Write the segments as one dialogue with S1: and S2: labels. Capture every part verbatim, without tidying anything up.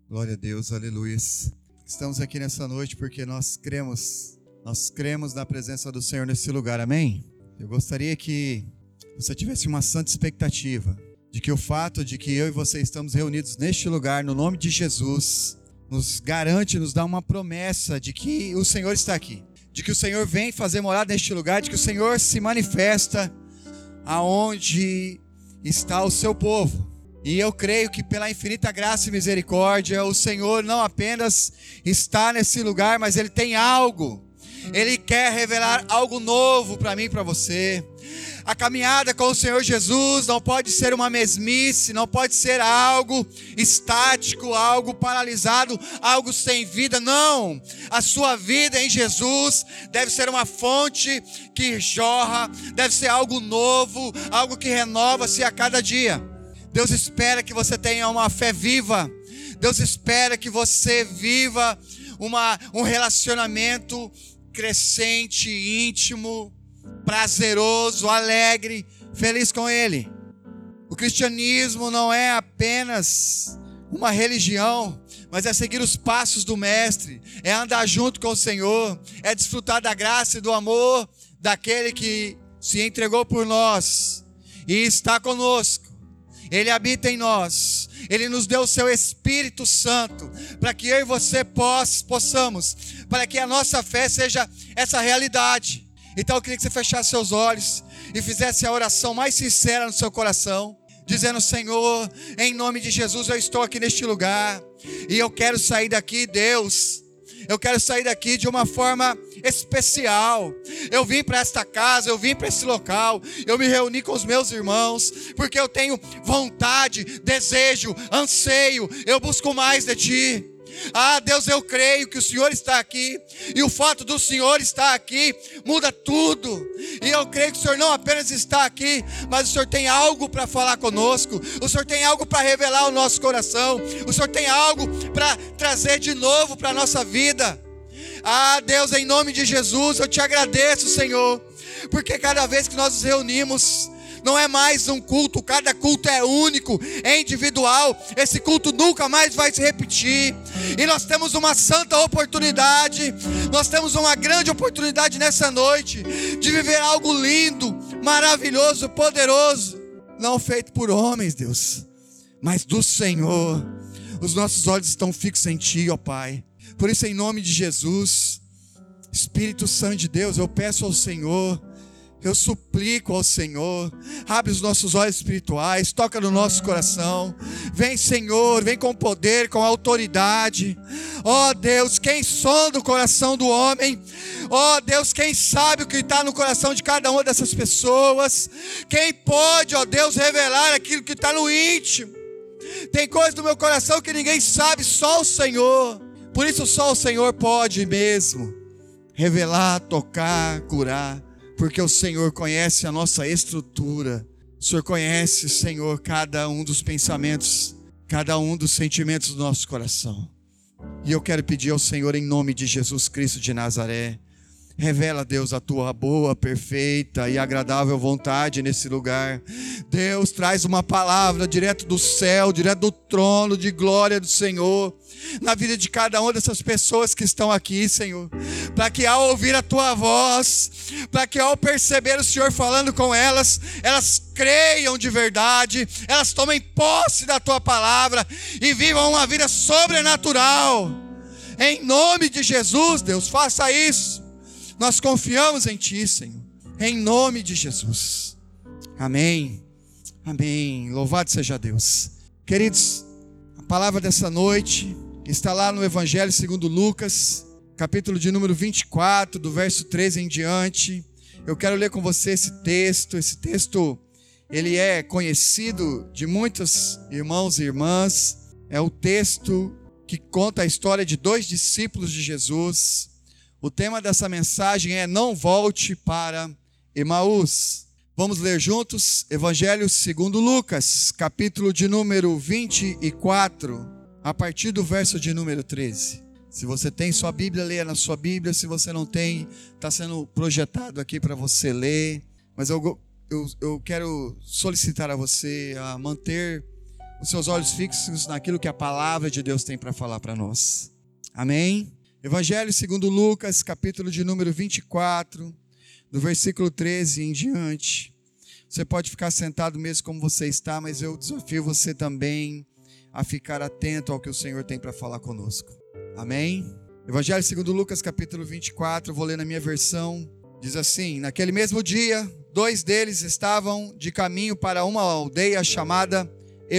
S1: Glória a Deus, aleluia. Estamos aqui nessa noite porque nós cremos, nós cremos na presença do Senhor nesse lugar, amém? Eu gostaria que você tivesse uma santa expectativa de que o fato de que eu e você estamos reunidos neste lugar, no nome de Jesus, nos garante, nos dá uma promessa de que o Senhor está aqui, de que o Senhor vem fazer morada neste lugar, de que o Senhor se manifesta aonde está o seu povo. E eu creio que pela infinita graça e misericórdia, o Senhor não apenas está nesse lugar, mas Ele tem algo. Ele quer revelar algo novo para mim e para você. A caminhada com o Senhor Jesus não pode ser uma mesmice, não pode ser algo estático, algo paralisado, algo sem vida. Não, a sua vida em Jesus deve ser uma fonte que jorra, deve ser algo novo, algo que renova-se a cada dia. Deus espera que você tenha uma fé viva. Deus espera que você viva uma, um relacionamento crescente, íntimo, prazeroso, alegre, feliz com Ele. O cristianismo não é apenas uma religião, mas é seguir os passos do Mestre, é andar junto com o Senhor, é desfrutar da graça e do amor daquele que se entregou por nós e está conosco. Ele habita em nós, Ele nos deu o seu Espírito Santo, para que eu e você poss, possamos, para que a nossa fé seja essa realidade. Então eu queria que você fechasse seus olhos e fizesse a oração mais sincera no seu coração, dizendo: Senhor, em nome de Jesus eu estou aqui neste lugar, e eu quero sair daqui, Deus, eu quero sair daqui de uma forma especial. Eu vim para esta casa, eu vim para esse local, eu me reuni com os meus irmãos, porque eu tenho vontade, desejo, anseio, eu busco mais de Ti. Ah, Deus, eu creio que o Senhor está aqui, e o fato do Senhor estar aqui muda tudo. E eu creio que o Senhor não apenas está aqui, mas o Senhor tem algo para falar conosco, o Senhor tem algo para revelar o nosso coração, o Senhor tem algo para trazer de novo para a nossa vida. Ah, Deus, em nome de Jesus, eu te agradeço, Senhor, porque cada vez que nós nos reunimos, não é mais um culto, cada culto é único, é individual, esse culto nunca mais vai se repetir, e nós temos uma santa oportunidade, nós temos uma grande oportunidade nessa noite, de viver algo lindo, maravilhoso, poderoso, não feito por homens, Deus, mas do Senhor. Os nossos olhos estão fixos em Ti, ó Pai, por isso em nome de Jesus, Espírito Santo de Deus, eu peço ao Senhor, eu suplico ao Senhor, abre os nossos olhos espirituais, toca no nosso coração, vem Senhor, vem com poder, com autoridade, ó Deus, quem sonda o coração do homem, ó Deus, quem sabe o que está no coração de cada uma dessas pessoas, quem pode, ó Deus, revelar aquilo que está no íntimo. Tem coisas do meu coração que ninguém sabe, só o Senhor, por isso só o Senhor pode mesmo revelar, tocar, curar, porque o Senhor conhece a nossa estrutura, o Senhor conhece, Senhor, cada um dos pensamentos, cada um dos sentimentos do nosso coração. E eu quero pedir ao Senhor, em nome de Jesus Cristo de Nazaré, revela, Deus, a Tua boa, perfeita e agradável vontade nesse lugar. Deus, traz uma palavra direto do céu, direto do trono de glória do Senhor, na vida de cada uma dessas pessoas que estão aqui, Senhor, para que ao ouvir a Tua voz, para que ao perceber o Senhor falando com elas, elas creiam de verdade, elas tomem posse da Tua palavra e vivam uma vida sobrenatural. Em nome de Jesus, Deus, faça isso. Nós confiamos em Ti, Senhor, em nome de Jesus. Amém, amém, louvado seja Deus. Queridos, a palavra dessa noite está lá no Evangelho segundo Lucas, capítulo de número vinte e quatro, do verso treze em diante. Eu quero ler com você esse texto. Esse texto, ele é conhecido de muitos irmãos e irmãs. É o texto que conta a história de dois discípulos de Jesus. O tema dessa mensagem é: não volte para Emaús. Vamos ler juntos Evangelho segundo Lucas, capítulo de número vinte e quatro, a partir do verso de número treze. Se você tem sua Bíblia, leia na sua Bíblia. Se você não tem, está sendo projetado aqui para você ler. Mas eu, eu, eu quero solicitar a você a manter os seus olhos fixos naquilo que a palavra de Deus tem para falar para nós. Amém? Evangelho segundo Lucas, capítulo de número vinte e quatro, do versículo treze em diante. Você pode ficar sentado mesmo como você está, mas eu desafio você também a ficar atento ao que o Senhor tem para falar conosco. Amém? Evangelho segundo Lucas, capítulo vinte e quatro, vou ler na minha versão. Diz assim: naquele mesmo dia, dois deles estavam de caminho para uma aldeia chamada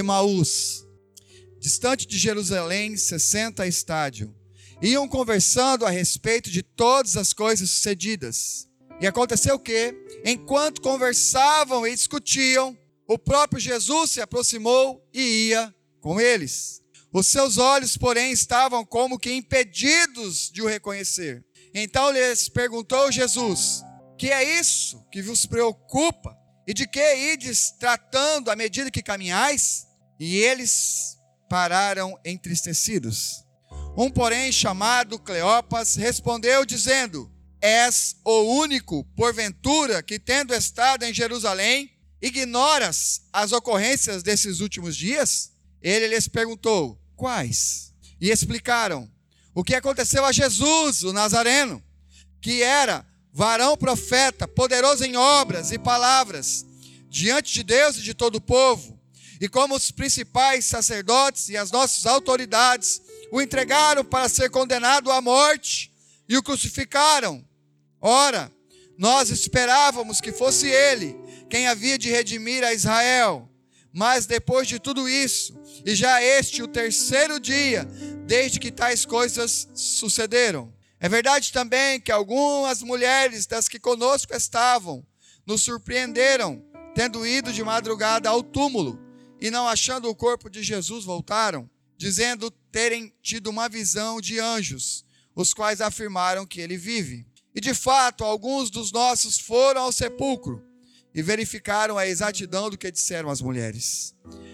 S1: Emaús, distante de Jerusalém, sessenta estádios. Iam conversando a respeito de todas as coisas sucedidas. E aconteceu que, enquanto conversavam e discutiam, o próprio Jesus se aproximou e ia com eles. Os seus olhos, porém, estavam como que impedidos de o reconhecer. Então lhes perguntou Jesus: que é isso que vos preocupa? E de que ides tratando à medida que caminhais? E eles pararam entristecidos. Um, porém, chamado Cleopas, respondeu dizendo: és o único, porventura, que tendo estado em Jerusalém, ignoras as ocorrências desses últimos dias? Ele lhes perguntou: quais? E explicaram o que aconteceu a Jesus, o Nazareno, que era varão profeta, poderoso em obras e palavras, diante de Deus e de todo o povo. E como os principais sacerdotes e as nossas autoridades o entregaram para ser condenado à morte e o crucificaram. Ora, nós esperávamos que fosse ele quem havia de redimir a Israel. Mas depois de tudo isso, e já este o terceiro dia, desde que tais coisas sucederam. É verdade também que algumas mulheres das que conosco estavam nos surpreenderam, tendo ido de madrugada ao túmulo, e não achando o corpo de Jesus voltaram, dizendo terem tido uma visão de anjos, os quais afirmaram que ele vive. E de fato, alguns dos nossos foram ao sepulcro e verificaram a exatidão do que disseram as mulheres,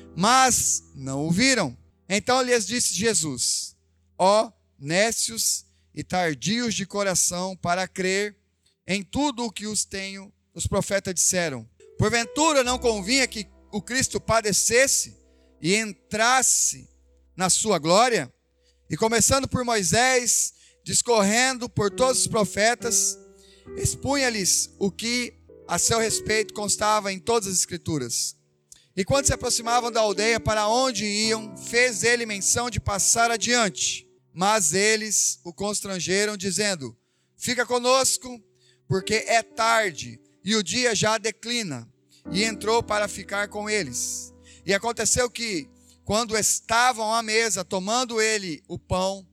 S1: mas não o viram. Então lhes disse Jesus: ó nécios e tardios de coração para crer em tudo o que os tenho, os profetas disseram. Porventura não convinha que o Cristo padecesse e entrasse na sua glória? E começando por Moisés, discorrendo por todos os profetas, expunha-lhes o que a seu respeito constava em todas as escrituras. E quando se aproximavam da aldeia para onde iam, fez ele menção de passar adiante. Mas eles o constrangeram, dizendo: fica conosco, porque é tarde e o dia já declina. E entrou para ficar com eles. E aconteceu que, quando estavam à mesa, tomando ele o pão,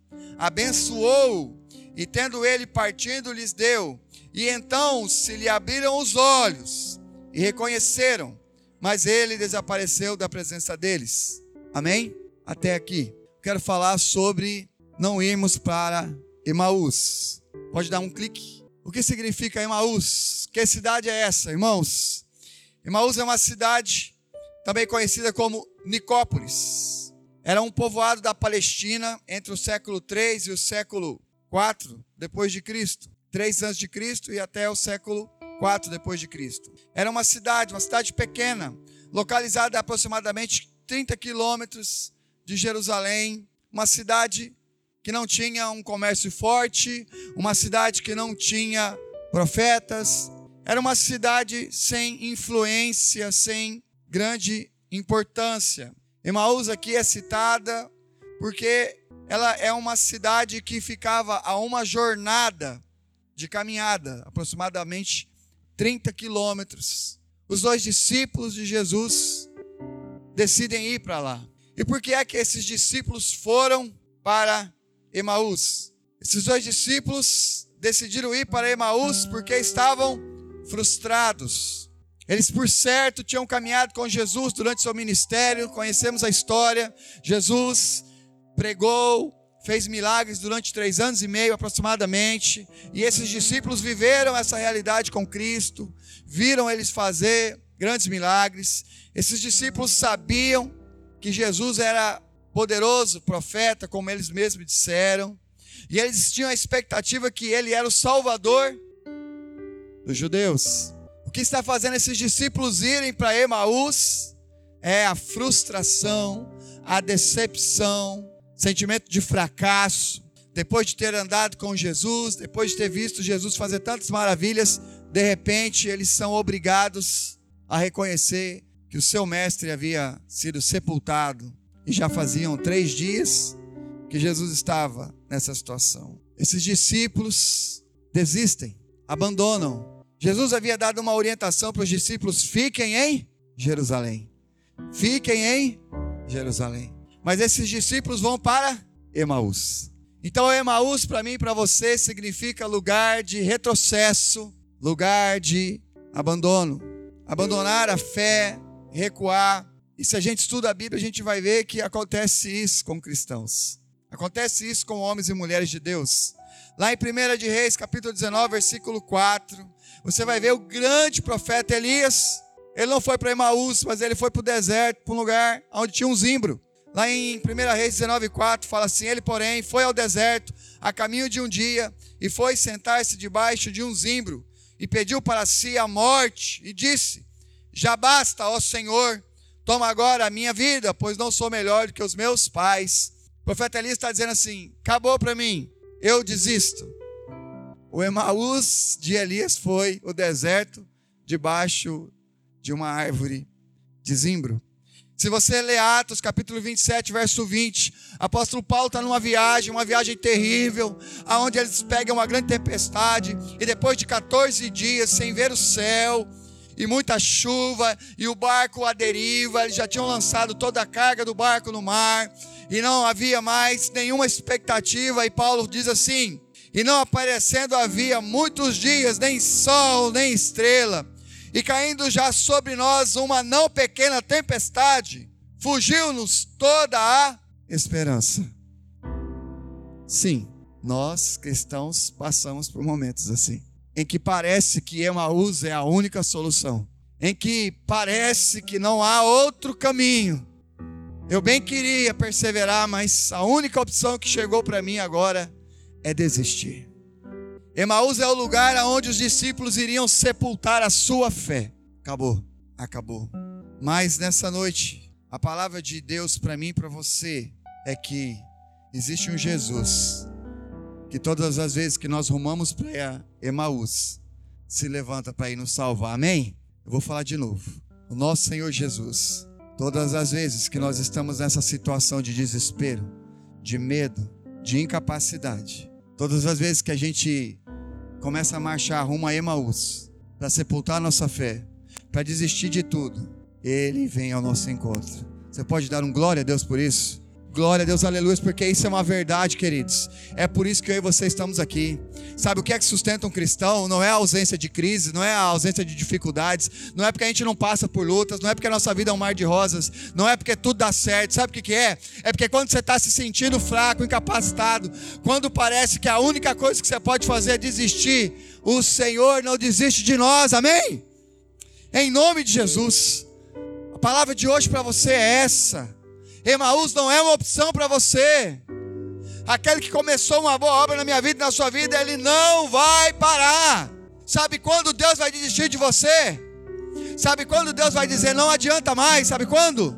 S1: abençoou, e tendo ele partindo, lhes deu. E então se lhe abriram os olhos, e reconheceram, mas ele desapareceu da presença deles. Amém? Até aqui. Quero falar sobre não irmos para Emaús. Pode dar um clique. O que significa Emaús? Que cidade é essa, irmãos? Emaús é uma cidade também conhecida como Nicópolis. Era um povoado da Palestina entre o século três e o século quatro depois de Cristo. três antes de Cristo e até o século quatro depois de Cristo. Era uma cidade, uma cidade pequena, localizada a aproximadamente trinta quilômetros de Jerusalém. Uma cidade que não tinha um comércio forte, uma cidade que não tinha profetas. Era uma cidade sem influência, sem grande importância. Emaús aqui é citada porque ela é uma cidade que ficava a uma jornada de caminhada, aproximadamente trinta quilômetros. Os dois discípulos de Jesus decidem ir para lá. E por que é que esses discípulos foram para Emaús? Esses dois discípulos decidiram ir para Emaús porque estavam frustrados. Eles, por certo, tinham caminhado com Jesus durante seu ministério. Conhecemos a história. Jesus pregou, fez milagres durante três anos e meio aproximadamente. E esses discípulos viveram essa realidade com Cristo. Viram eles fazer grandes milagres. Esses discípulos sabiam que Jesus era poderoso profeta, como eles mesmos disseram. E eles tinham a expectativa que ele era o Salvador dos judeus. O que está fazendo esses discípulos irem para Emaús é a frustração, a decepção, sentimento de fracasso. Depois de ter andado com Jesus, depois de ter visto Jesus fazer tantas maravilhas, de repente eles são obrigados a reconhecer que o seu mestre havia sido sepultado. E já faziam três dias que Jesus estava nessa situação. Esses discípulos desistem, abandonam. Jesus havia dado uma orientação para os discípulos: fiquem em Jerusalém. Fiquem em Jerusalém. Mas esses discípulos vão para Emaús. Então Emaús para mim e para você significa lugar de retrocesso, lugar de abandono. Abandonar a fé, recuar. E se a gente estuda a Bíblia, a gente vai ver que acontece isso com cristãos. Acontece isso com homens e mulheres de Deus. Lá em primeira de Reis, capítulo dezenove, versículo quatro, você vai ver o grande profeta Elias. Ele não foi para Emaús, mas ele foi para o deserto, para um lugar onde tinha um zimbro. Lá em primeira Reis dezenove, quatro, fala assim: ele, porém, foi ao deserto, a caminho de um dia, e foi sentar-se debaixo de um zimbro, e pediu para si a morte, e disse: já basta, ó Senhor, toma agora a minha vida, pois não sou melhor do que os meus pais. O profeta Elias está dizendo assim: acabou para mim, eu desisto. O Emaús de Elias foi o deserto debaixo de uma árvore de zimbro. Se você ler Atos, capítulo vinte e sete, verso vinte, apóstolo Paulo está numa viagem, uma viagem terrível, onde eles pegam uma grande tempestade, e depois de quatorze dias, sem ver o céu, e muita chuva, e o barco à deriva, eles já tinham lançado toda a carga do barco no mar, e não havia mais nenhuma expectativa, e Paulo diz assim: e não aparecendo havia muitos dias, nem sol, nem estrela, e caindo já sobre nós uma não pequena tempestade, fugiu-nos toda a esperança. Sim, nós cristãos passamos por momentos assim, em que parece que Emaús é a única solução, em que parece que não há outro caminho. Eu bem queria perseverar, mas a única opção que chegou para mim agora é desistir. Emaús é o lugar onde os discípulos iriam sepultar a sua fé. Acabou, acabou. Mas nessa noite, a palavra de Deus para mim e para você é que existe um Jesus que todas as vezes que nós rumamos para Emaús, se levanta para ir nos salvar. Amém? Eu vou falar de novo. O nosso Senhor Jesus, todas as vezes que nós estamos nessa situação de desespero, de medo, de incapacidade, todas as vezes que a gente começa a marchar rumo a Emaús, para sepultar a nossa fé, para desistir de tudo, Ele vem ao nosso encontro. Você pode dar um glória a Deus por isso? Glória a Deus, aleluia, porque isso é uma verdade, queridos. É por isso que eu e você estamos aqui. Sabe o que é que sustenta um cristão? Não é a ausência de crise, não é a ausência de dificuldades, não é porque a gente não passa por lutas, não é porque a nossa vida é um mar de rosas, não é porque tudo dá certo. Sabe o que que é? É porque quando você está se sentindo fraco, incapacitado, quando parece que a única coisa que você pode fazer é desistir, o Senhor não desiste de nós, amém? Em nome de Jesus. A palavra de hoje para você é essa: Emaús não é uma opção para você. Aquele que começou uma boa obra na minha vida e na sua vida, ele não vai parar. Sabe quando Deus vai desistir de você? Sabe quando Deus vai dizer não adianta mais? Sabe quando?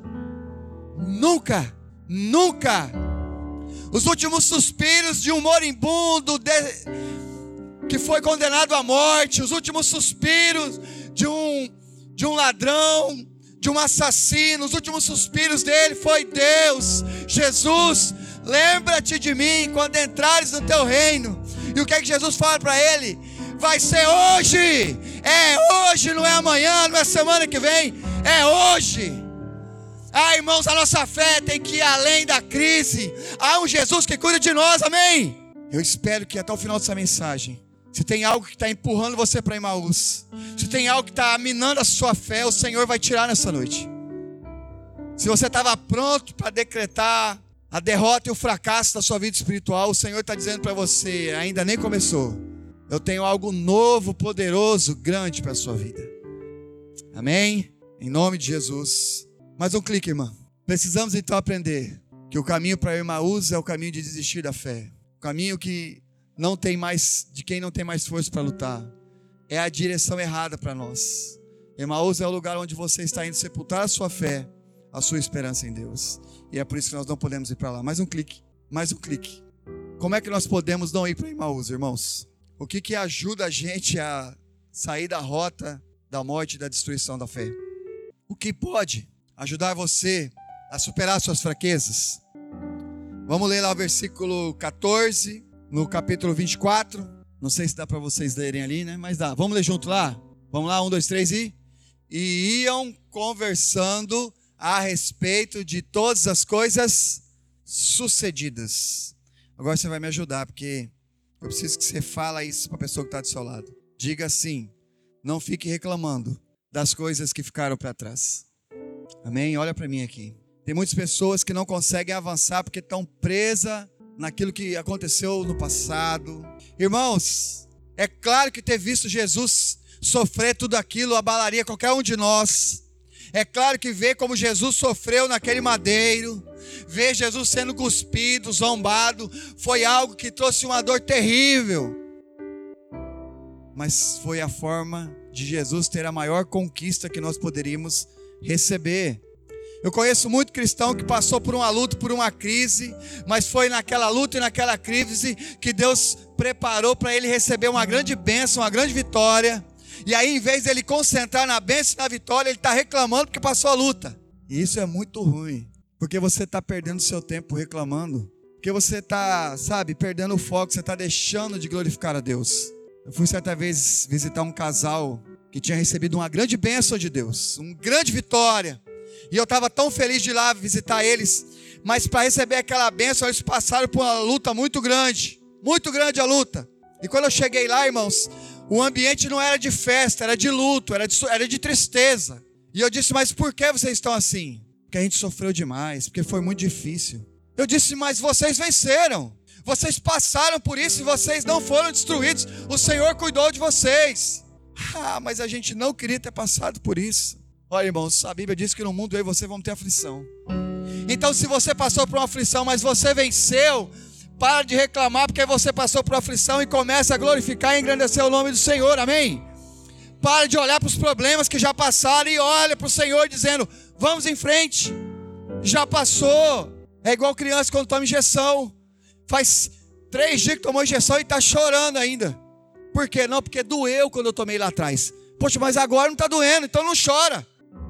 S1: Nunca, nunca. Os últimos suspiros de um moribundo de... que foi condenado à morte, os últimos suspiros de um, de um ladrão, de um assassino, os últimos suspiros dele foi: Deus, Jesus, lembra-te de mim quando entrares no teu reino. E o que é que Jesus fala para ele? Vai ser hoje, é hoje, não é amanhã, não é semana que vem, é hoje. Ah, irmãos, a nossa fé tem que ir além da crise. Há um Jesus que cuida de nós, amém? Eu espero que até o final dessa mensagem, se tem algo que está empurrando você para Emaús, se tem algo que está minando a sua fé, o Senhor vai tirar nessa noite. Se você estava pronto para decretar a derrota e o fracasso da sua vida espiritual, o Senhor está dizendo para você: ainda nem começou. Eu tenho algo novo, poderoso, grande para a sua vida. Amém? Em nome de Jesus. Mais um clique, irmão. Precisamos então aprender que o caminho para Emaús é o caminho de desistir da fé. O caminho que não tem mais, de quem não tem mais força para lutar. É a direção errada para nós. Emaús é o lugar onde você está indo sepultar a sua fé, a sua esperança em Deus. E é por isso que nós não podemos ir para lá. Mais um clique, mais um clique. Como é que nós podemos não ir para Emaús, irmãos? O que que ajuda a gente a sair da rota da morte e da destruição da fé? O que pode ajudar você a superar suas fraquezas? Vamos ler lá o versículo catorze, no capítulo vinte e quatro. Não sei se dá para vocês lerem ali, né? Mas dá. Vamos ler junto lá? Vamos lá, um, dois, três e... E iam conversando a respeito de todas as coisas sucedidas. Agora você vai me ajudar, porque eu preciso que você fale isso para a pessoa que está do seu lado. Diga assim: não fique reclamando das coisas que ficaram para trás. Amém? Olha para mim aqui. Tem muitas pessoas que não conseguem avançar porque estão presas naquilo que aconteceu no passado. Irmãos, é claro que ter visto Jesus sofrer tudo aquilo abalaria qualquer um de nós. É claro que ver como Jesus sofreu naquele madeiro, ver Jesus sendo cuspido, zombado, foi algo que trouxe uma dor terrível. Mas foi a forma de Jesus ter a maior conquista que nós poderíamos receber. Eu conheço muito cristão que passou por uma luta, por uma crise, mas foi naquela luta e naquela crise que Deus preparou para ele receber uma grande bênção, uma grande vitória. E aí, em vez de ele concentrar na bênção e na vitória, ele está reclamando porque passou a luta. E isso é muito ruim, porque você está perdendo seu tempo reclamando, porque você está, sabe, perdendo o foco, você está deixando de glorificar a Deus. Eu fui certa vez visitar um casal que tinha recebido uma grande bênção de Deus, uma grande vitória. E eu estava tão feliz de ir lá visitar eles, mas para receber aquela bênção, eles passaram por uma luta muito grande, muito grande a luta. E quando eu cheguei lá, irmãos, o ambiente não era de festa, era de luto, era de, era de tristeza. E eu disse: mas por que vocês estão assim? Porque a gente sofreu demais, porque foi muito difícil. Eu disse: mas vocês venceram, vocês passaram por isso e vocês não foram destruídos, o Senhor cuidou de vocês. Ah, mas a gente não queria ter passado por isso. Olha, irmãos, a Bíblia diz que no mundo eu e você vamos ter aflição. Então, se você passou por uma aflição, mas você venceu, para de reclamar porque você passou por aflição e começa a glorificar e engrandecer o nome do Senhor, amém? Para de olhar para os problemas que já passaram e olha para o Senhor dizendo: vamos em frente, já passou. É igual criança quando toma injeção, faz três dias que tomou injeção e está chorando ainda. Por quê? Não, porque doeu quando eu tomei lá atrás. Poxa, mas agora não está doendo, então não chora.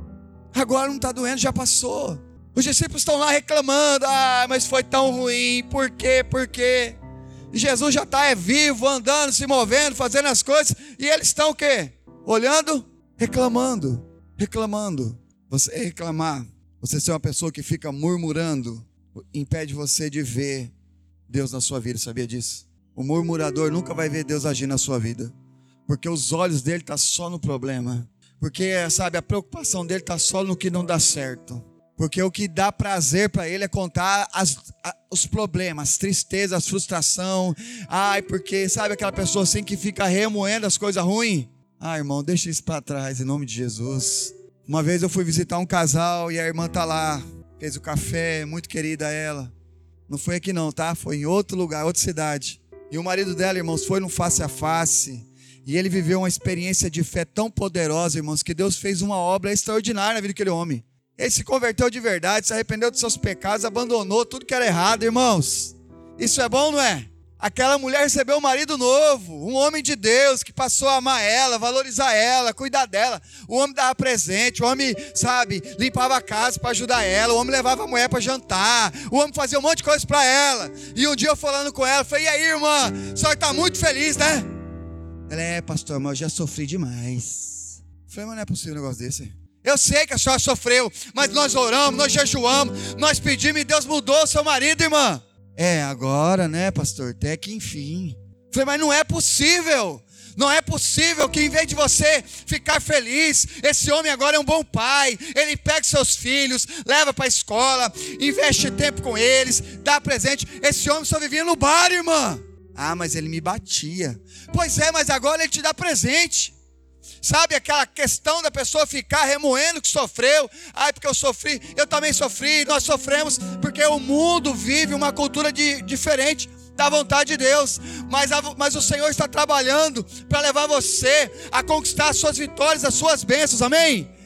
S1: Agora não está doendo, já passou. Os discípulos estão lá reclamando: ah, mas foi tão ruim, por quê, por quê? E Jesus já está é vivo, andando, se movendo, fazendo as coisas, e eles estão o quê? Olhando, reclamando, reclamando. Você reclamar, você ser uma pessoa que fica murmurando, impede você de ver Deus na sua vida, sabia disso? O murmurador nunca vai ver Deus agir na sua vida, porque os olhos dele estão só no problema, porque, sabe, a preocupação dele está só no que não dá certo. Porque o que dá prazer para ele é contar as, a, os problemas, as tristezas, as frustração. Ai, porque sabe aquela pessoa assim que fica remoendo as coisas ruins? Ah, irmão, deixa isso para trás, em nome de Jesus. Uma vez eu fui visitar um casal e a irmã tá lá, fez o café, muito querida ela. Não foi aqui não, tá? Foi em outro lugar, outra cidade. E o marido dela, irmãos, foi no face a face. E ele viveu uma experiência de fé tão poderosa, irmãos, que Deus fez uma obra extraordinária na vida daquele homem. Ele se converteu de verdade, se arrependeu dos seus pecados, abandonou tudo que era errado, irmãos. Isso é bom, não é? Aquela mulher recebeu um marido novo, um homem de Deus, que passou a amar ela, valorizar ela, cuidar dela. O homem dava presente, o homem, sabe, limpava a casa para ajudar ela, o homem levava a mulher para jantar, o homem fazia um monte de coisa para ela. E um dia eu falando com ela, falei: e aí, irmã, a senhora está muito feliz, né? Ela: é, pastor, mas eu já sofri demais. Eu falei: mas não é possível um negócio desse. Eu sei que a senhora sofreu, mas nós oramos, nós jejuamos, nós pedimos e Deus mudou o seu marido, irmã. É, agora, né, pastor, até que enfim. Eu falei: mas não é possível. Não é possível que em vez de você ficar feliz, esse homem agora é um bom pai, ele pega seus filhos, leva para a escola, investe tempo com eles, dá presente. Esse homem só vivia no bar, irmã. Ah, mas ele me batia. Pois é, mas agora ele te dá presente. Sabe aquela questão da pessoa ficar remoendo que sofreu? Ai, porque eu sofri, eu também sofri, nós sofremos, porque o mundo vive uma cultura de, diferente da vontade de Deus. Mas, a, mas o Senhor está trabalhando para levar você a conquistar as suas vitórias, as suas bênçãos, amém?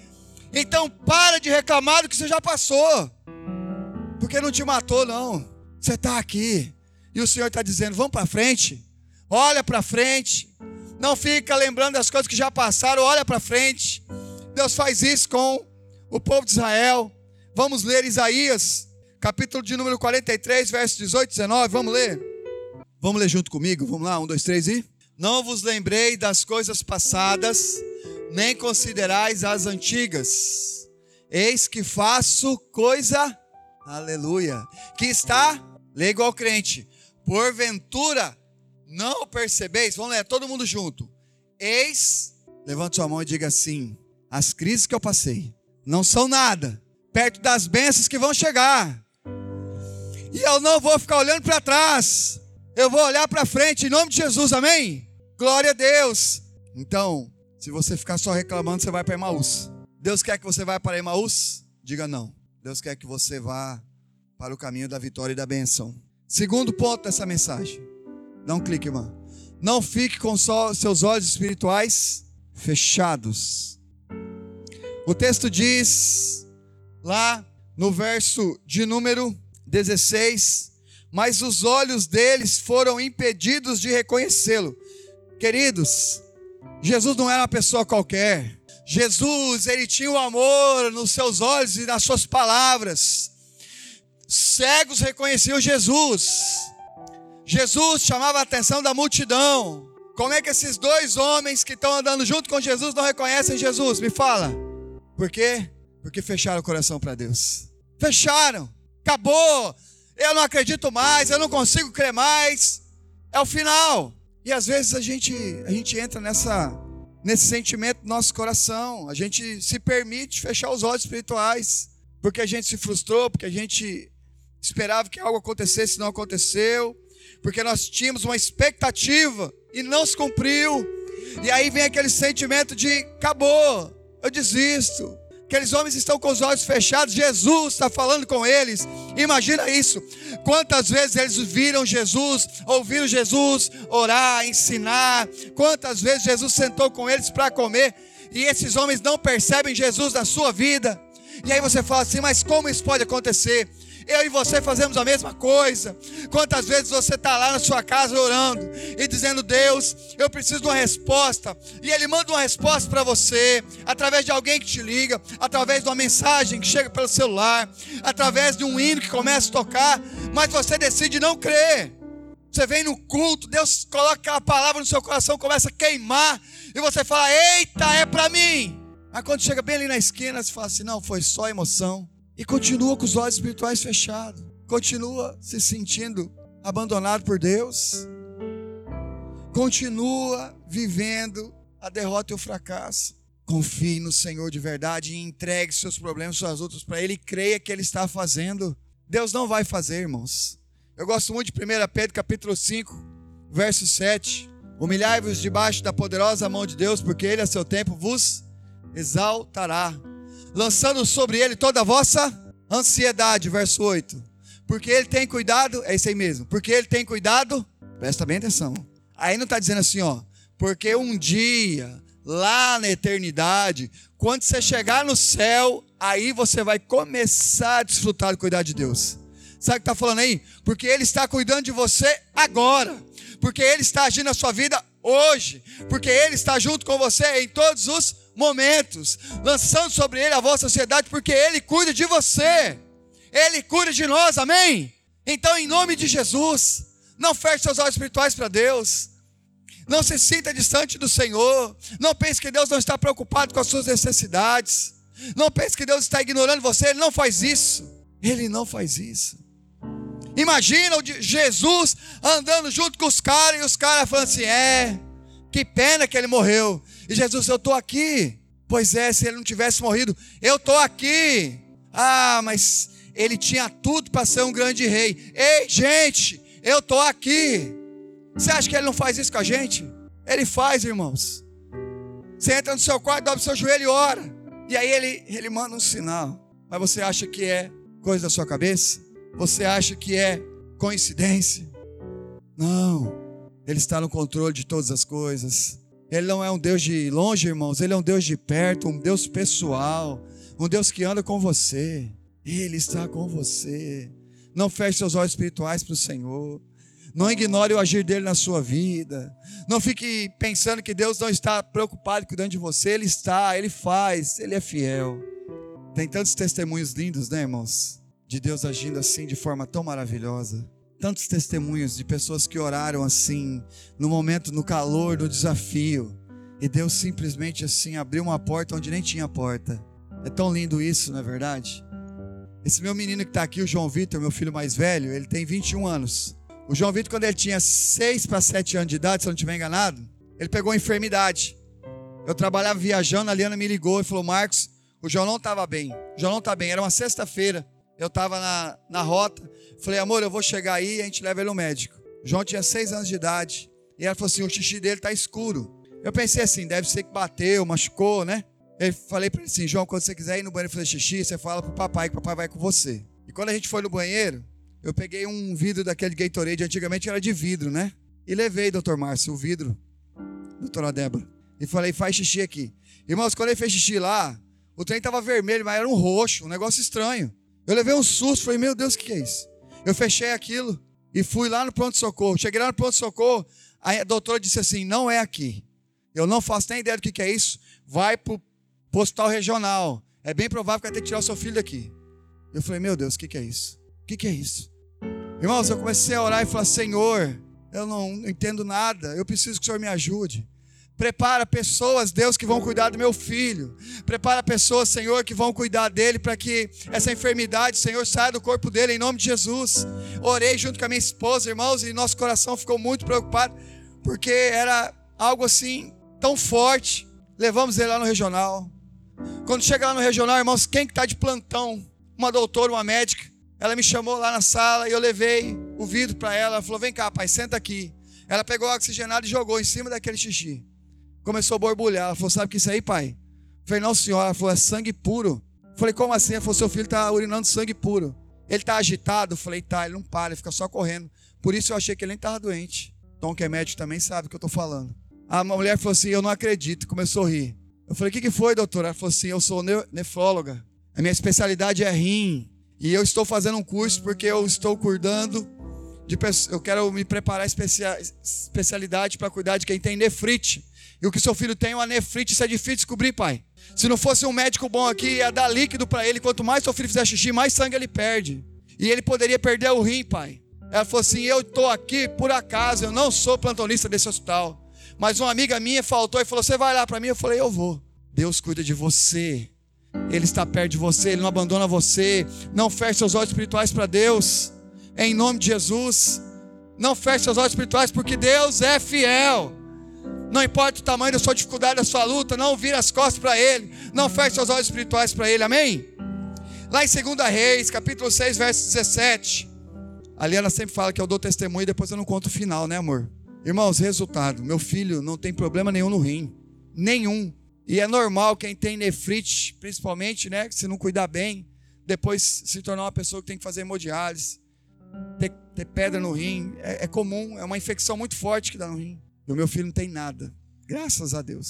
S1: Então para de reclamar do que você já passou. Porque não te matou não. Você está aqui. E o Senhor está dizendo, vamos para frente. Olha para frente. Não fica lembrando das coisas que já passaram. Olha para frente. Deus faz isso com o povo de Israel. Vamos ler Isaías, capítulo de número quarenta e três, versos dezoito e dezenove. Vamos ler? Vamos ler junto comigo? Vamos lá, um, dois, três e... Não vos lembrei das coisas passadas, nem considerais as antigas. Eis que faço coisa, aleluia, que está, lê igual crente, porventura não o percebeis? Vamos ler, todo mundo junto. Eis, levante sua mão e diga assim, as crises que eu passei não são nada, perto das bênçãos que vão chegar. E eu não vou ficar olhando para trás, eu vou olhar para frente, em nome de Jesus, amém? Glória a Deus. Então, se você ficar só reclamando, você vai para Emaús. Deus quer que você vá para Emaús? Diga não. Deus quer que você vá para o caminho da vitória e da bênção. Segundo ponto dessa mensagem. Dá um clique, irmão. Não fique com só seus olhos espirituais fechados. O texto diz, lá no verso de número dezesseis, mas os olhos deles foram impedidos de reconhecê-lo. Queridos, Jesus não era uma pessoa qualquer. Jesus, ele tinha o amor nos seus olhos e nas suas palavras. Cegos reconheciam Jesus. Jesus chamava a atenção da multidão. Como é que esses dois homens que estão andando junto com Jesus não reconhecem Jesus? Me fala. Por quê? Porque fecharam o coração para Deus. Fecharam. Acabou. Eu não acredito mais, eu não consigo crer mais. É o final. E às vezes a gente, a gente entra nessa, nesse sentimento do nosso coração. A gente se permite fechar os olhos espirituais. Porque a gente se frustrou, porque a gente esperava que algo acontecesse e não aconteceu. Porque nós tínhamos uma expectativa e não se cumpriu. E aí vem aquele sentimento de acabou, eu desisto. Aqueles homens estão com os olhos fechados, Jesus está falando com eles. Imagina isso, quantas vezes eles viram Jesus, ouviram Jesus orar, ensinar. Quantas vezes Jesus sentou com eles para comer e esses homens não percebem Jesus na sua vida. E aí você fala assim, mas como isso pode acontecer? Eu e você fazemos a mesma coisa. Quantas vezes você está lá na sua casa orando e dizendo, Deus, eu preciso de uma resposta. E Ele manda uma resposta para você, através de alguém que te liga, através de uma mensagem que chega pelo celular, através de um hino que começa a tocar, mas você decide não crer. Você vem no culto, Deus coloca aquela palavra no seu coração, começa a queimar, e você fala, eita, é para mim. Mas quando chega bem ali na esquina, você fala assim, não, foi só emoção. E continua com os olhos espirituais fechados. Continua se sentindo abandonado por Deus. Continua vivendo a derrota e o fracasso. Confie no Senhor de verdade e entregue seus problemas, suas lutas para Ele. E creia que Ele está fazendo. Deus não vai fazer, irmãos. Eu gosto muito de primeira Pedro capítulo cinco, verso sete. Humilhai-vos debaixo da poderosa mão de Deus, porque Ele a seu tempo vos exaltará, lançando sobre Ele toda a vossa ansiedade, verso oito, porque Ele tem cuidado, é isso aí mesmo, porque Ele tem cuidado, presta bem atenção, aí não está dizendo assim, ó, porque um dia, lá na eternidade, quando você chegar no céu, aí você vai começar a desfrutar do cuidado de Deus. Sabe o que está falando aí? Porque Ele está cuidando de você agora, porque Ele está agindo na sua vida hoje, porque Ele está junto com você em todos os momentos, lançando sobre Ele a vossa ansiedade, porque Ele cuida de você, Ele cuida de nós, amém? Então, em nome de Jesus, não feche seus olhos espirituais para Deus, não se sinta distante do Senhor, não pense que Deus não está preocupado com as suas necessidades, não pense que Deus está ignorando você. Ele não faz isso, Ele não faz isso. Imagina o de Jesus andando junto com os caras, e os caras falando assim, é, que pena que ele morreu. E Jesus, eu estou aqui. Pois é, se ele não tivesse morrido, eu estou aqui. Ah, mas ele tinha tudo para ser um grande rei. Ei, gente, eu estou aqui. Você acha que ele não faz isso com a gente? Ele faz, irmãos. Você entra no seu quarto, dobra o seu joelho e ora. E aí ele, ele manda um sinal. Mas você acha que é coisa da sua cabeça? Você acha que é coincidência? Não. Ele está no controle de todas as coisas. Ele não é um Deus de longe, irmãos. Ele é um Deus de perto, um Deus pessoal. um Deus que anda com você. Ele está com você. Não feche seus olhos espirituais para o Senhor. Não ignore o agir dele na sua vida. Não fique pensando que Deus não está preocupado cuidando de você. Ele está, Ele faz, Ele é fiel. Tem tantos testemunhos lindos, né, irmãos? De Deus agindo assim de forma tão maravilhosa. Tantos testemunhos de pessoas que oraram assim, no momento, no calor, no desafio. E Deus simplesmente assim abriu uma porta onde nem tinha porta. É tão lindo isso, não é verdade? Esse meu menino que está aqui, o João Vitor, meu filho mais velho, ele tem vinte e um anos. O João Vitor, quando ele tinha seis para sete anos de idade, se eu não estiver enganado, ele pegou uma enfermidade. Eu trabalhava viajando, a Liana me ligou e falou: Marcos, o João não estava bem. O João não está bem. Era uma sexta-feira. Eu estava na, na rota. Falei: amor, eu vou chegar aí e a gente leva ele no médico. O João tinha seis anos de idade. E ela falou assim: o xixi dele está escuro. Eu pensei assim, deve ser que bateu, machucou, né? Eu falei para ele assim: João, quando você quiser ir no banheiro fazer xixi, você fala pro papai que o papai vai com você. E quando a gente foi no banheiro, eu peguei um vidro daquele Gatorade, antigamente era de vidro, né? E levei, doutor Márcio, o vidro, doutora Débora, e falei: faz xixi aqui. Irmãos, quando ele fez xixi lá, o trem estava vermelho, mas era um roxo, um negócio estranho. Eu levei um susto, falei: meu Deus, o que é isso? Eu fechei aquilo e fui lá no pronto-socorro. Cheguei lá no pronto-socorro, a doutora disse assim: não é aqui. Eu não faço nem ideia do que é isso. Vai pro hospital regional. É bem provável que vai ter que tirar o seu filho daqui. Eu falei: meu Deus, o que é isso? O que é isso? Irmãos, eu comecei a orar e falar: Senhor, eu não entendo nada, eu preciso que o Senhor me ajude. Prepara pessoas, Deus, que vão cuidar do meu filho. Prepara pessoas, Senhor, que vão cuidar dele, para que essa enfermidade, Senhor, saia do corpo dele, em nome de Jesus. Orei junto com a minha esposa, irmãos, e nosso coração ficou muito preocupado, porque era algo assim, tão forte. Levamos ele lá no regional. Quando chega lá no regional, irmãos, quem que está de plantão? Uma doutora, uma médica. Ela me chamou lá na sala e eu levei o vidro para ela. Ela falou: vem cá, pai, senta aqui. Ela pegou o oxigenado e jogou em cima daquele xixi. Começou a borbulhar. Ela falou: sabe o que é isso aí, pai? Eu falei: não, senhora. Ela falou: é sangue puro. Eu falei: como assim? Ela falou: seu filho está urinando sangue puro. Ele está agitado? Eu falei: tá, ele não para, ele fica só correndo. Por isso eu achei que ele nem estava doente. Tom, que é médico, também sabe o que eu estou falando. A mulher falou assim: eu não acredito. Começou a rir. Eu falei: o que, que foi, doutora? Ela falou assim: eu sou nefróloga. A minha especialidade é rim. E eu estou fazendo um curso porque eu estou cuidando de pessoas. Eu quero me preparar especia, especialidade para cuidar de quem tem nefrite. E o que seu filho tem é uma nefrite. Isso é difícil de descobrir, pai. Se não fosse um médico bom aqui, ia dar líquido para ele. Quanto mais seu filho fizer xixi, mais sangue ele perde. E ele poderia perder o rim, pai. Ela falou assim: eu estou aqui por acaso, eu não sou plantonista desse hospital. Mas uma amiga minha faltou e falou: você vai lá para mim? Eu falei: eu vou. Deus cuida de você. Ele está perto de você, Ele não abandona você. Não feche seus olhos espirituais para Deus, em nome de Jesus. Não feche seus olhos espirituais, porque Deus é fiel. Não importa o tamanho da sua dificuldade, da sua luta, não vire as costas para Ele. Não feche seus olhos espirituais para Ele, amém? Lá em Segunda Reis, capítulo seis, verso dezessete. A Liana sempre fala que eu dou testemunho e depois eu não conto o final, né, amor? Irmãos, resultado: meu filho não tem problema nenhum no rim, nenhum. E é normal quem tem nefrite, principalmente, né, se não cuidar bem, depois se tornar uma pessoa que tem que fazer hemodiálise, ter, ter pedra no rim. É, é comum, é uma infecção muito forte que dá no rim. E o meu filho não tem nada, graças a Deus,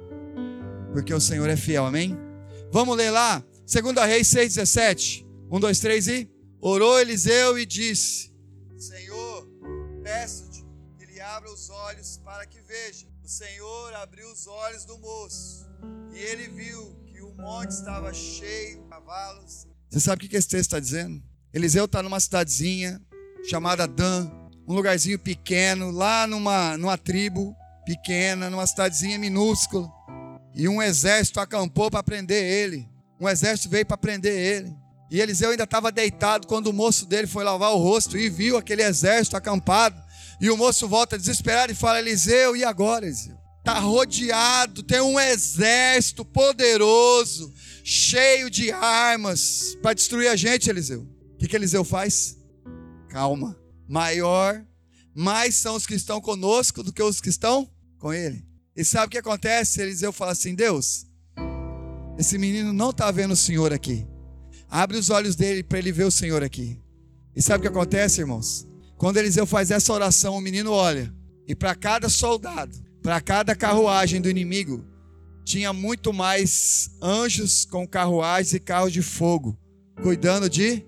S1: porque o Senhor é fiel, amém? Vamos ler lá, Segunda Reis seis, dezessete. Um, dois, três e... Orou Eliseu e disse: Senhor, peço-te que lhe abra os olhos para que veja. O Senhor abriu os olhos do moço, e ele viu que o monte estava cheio de cavalos. Você sabe o que esse texto está dizendo? Eliseu está numa cidadezinha chamada Dan, um lugarzinho pequeno, lá numa, numa tribo pequena, numa cidadezinha minúscula. E um exército acampou para prender ele. Um exército veio para prender ele. E Eliseu ainda estava deitado quando o moço dele foi lavar o rosto e viu aquele exército acampado. E o moço volta desesperado e fala: Eliseu, e agora, Eliseu? Está rodeado, tem um exército poderoso, cheio de armas para destruir a gente, Eliseu. O que, que Eliseu faz? Calma. Maior, mais são os que estão conosco do que os que estão com ele. E sabe o que acontece? Eliseu fala assim: Deus, esse menino não está vendo o Senhor aqui. Abre os olhos dele para ele ver o Senhor aqui. E sabe o que acontece, irmãos? Quando Eliseu faz essa oração, o menino olha, e para cada soldado, para cada carruagem do inimigo, tinha muito mais anjos com carruagens e carros de fogo, cuidando de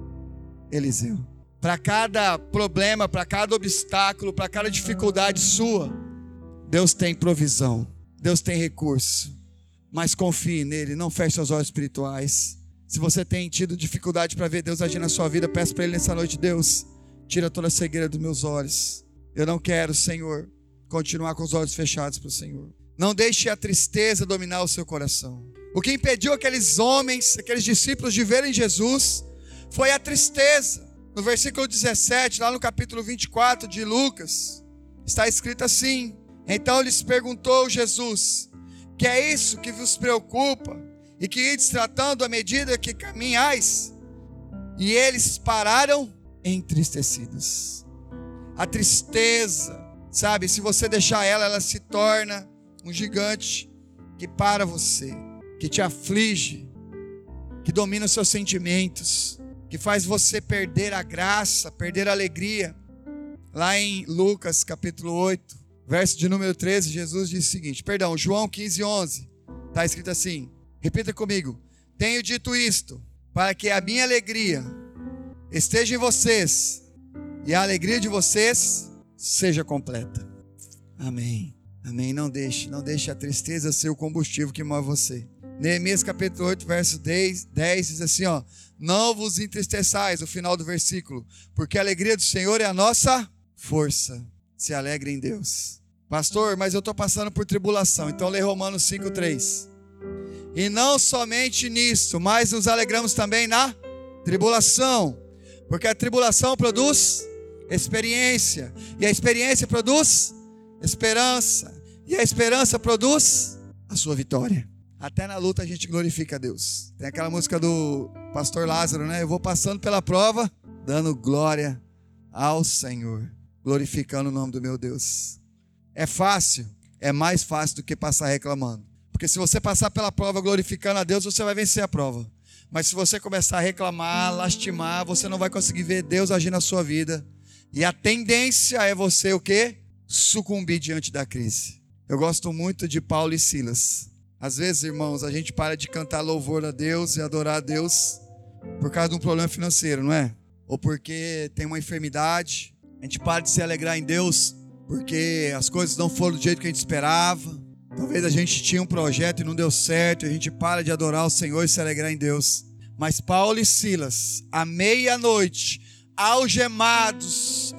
S1: Eliseu. Para cada problema, para cada obstáculo, para cada dificuldade sua, Deus tem provisão, Deus tem recurso. Mas confie nele, não feche seus olhos espirituais. Se você tem tido dificuldade para ver Deus agir na sua vida, peça para ele nessa noite: Deus, tira toda a cegueira dos meus olhos. Eu não quero, Senhor, continuar com os olhos fechados para o Senhor. Não deixe a tristeza dominar o seu coração. O que impediu aqueles homens, aqueles discípulos de verem Jesus, foi a tristeza. No versículo dezessete, lá no capítulo vinte e quatro de Lucas, está escrito assim: então lhes perguntou Jesus: que é isso que vos preocupa, e que ides tratando à medida que caminhais? E eles pararam entristecidos. A tristeza, sabe, se você deixar ela, ela se torna um gigante que para você, que te aflige, que domina os seus sentimentos, que faz você perder a graça, perder a alegria. Lá em Lucas capítulo oito, verso de número treze, Jesus diz o seguinte, perdão, João quinze, onze, está escrito assim, repita comigo: tenho dito isto, para que a minha alegria esteja em vocês, e a alegria de vocês seja completa. Amém, amém. Não deixe, não deixe a tristeza ser o combustível que move você. Neemias capítulo oito, verso dez, dez diz assim, ó: não vos entristeçais, o final do versículo, porque a alegria do Senhor é a nossa força. Se alegre em Deus. Pastor, mas eu estou passando por tribulação. Então lê Romanos cinco, três. E não somente nisso, mas nos alegramos também na tribulação, porque a tribulação produz experiência, e a experiência produz esperança, e a esperança produz a sua vitória. Até na luta a gente glorifica a Deus. Tem aquela música do pastor Lázaro, né? Eu vou passando pela prova, dando glória ao Senhor, glorificando o nome do meu Deus. É fácil? É mais fácil do que passar reclamando. Porque se você passar pela prova glorificando a Deus, você vai vencer a prova. Mas se você começar a reclamar, lastimar, você não vai conseguir ver Deus agir na sua vida. E a tendência é você o quê? Sucumbir diante da crise. Eu gosto muito de Paulo e Silas. Às vezes, irmãos, a gente para de cantar louvor a Deus e adorar a Deus por causa de um problema financeiro, não é? Ou porque tem uma enfermidade. A gente para de se alegrar em Deus porque as coisas não foram do jeito que a gente esperava. Talvez a gente tinha um projeto e não deu certo. A gente para de adorar o Senhor e se alegrar em Deus. Mas Paulo e Silas, à meia-noite, algemados,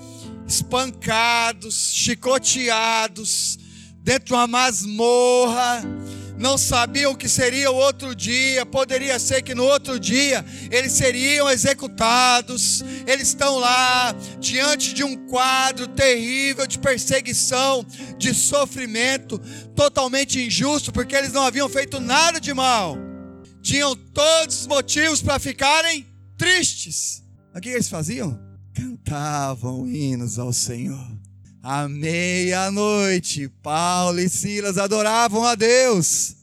S1: espancados, chicoteados, dentro de uma masmorra, não sabiam o que seria o outro dia. Poderia ser que no outro dia eles seriam executados. Eles estão lá diante de um quadro terrível de perseguição, de sofrimento, totalmente injusto, porque eles não haviam feito nada de mal. Tinham todos os motivos para ficarem tristes. O que eles faziam? Cantavam hinos ao Senhor. À meia-noite, Paulo e Silas adoravam a Deus,